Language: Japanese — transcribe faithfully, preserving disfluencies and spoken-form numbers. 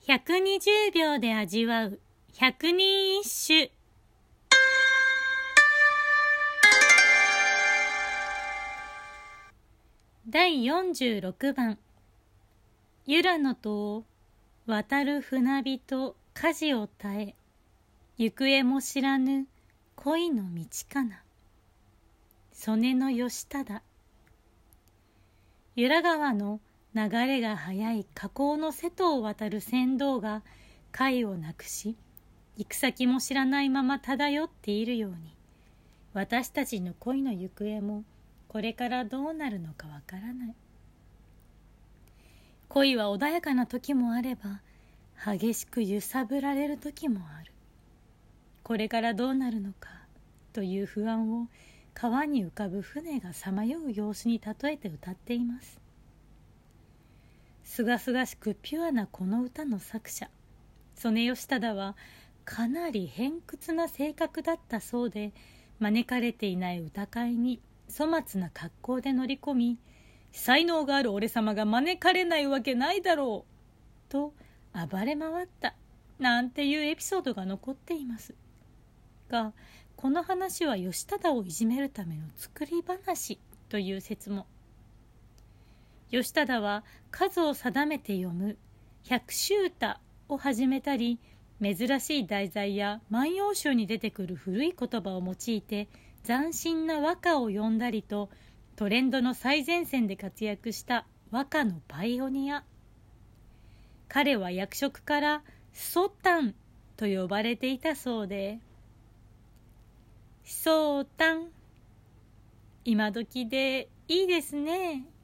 ひゃくにじゅうびょうで味わう百人一首。だいよんじゅうろくばん。由良の戸を渡る船人舵を耐え、行方も知らぬ恋の道かな。曽根の義忠。由良川の流れが速い河口の瀬戸を渡る船頭が貝をなくし、行く先も知らないまま漂っているように、私たちの恋の行方もこれからどうなるのかわからない。恋は穏やかな時もあれば、激しく揺さぶられる時もある。これからどうなるのかという不安を川に浮かぶ船がさまよう様子に例えて歌っています。すがすがしくピュアなこの歌の作者、曽根義忠はかなり偏屈な性格だったそうで、招かれていない歌会に粗末な格好で乗り込み、才能がある俺様が招かれないわけないだろうと暴れ回ったなんていうエピソードが残っていますが、この話は義忠をいじめるための作り話という説も。義忠は数を定めて読む百秋歌を始めたり、珍しい題材や万葉集に出てくる古い言葉を用いて斬新な和歌を詠んだりと、トレンドの最前線で活躍した和歌のパイオニア。彼は役職からソタンと呼ばれていたそうで、ソタン、今時でいいですね。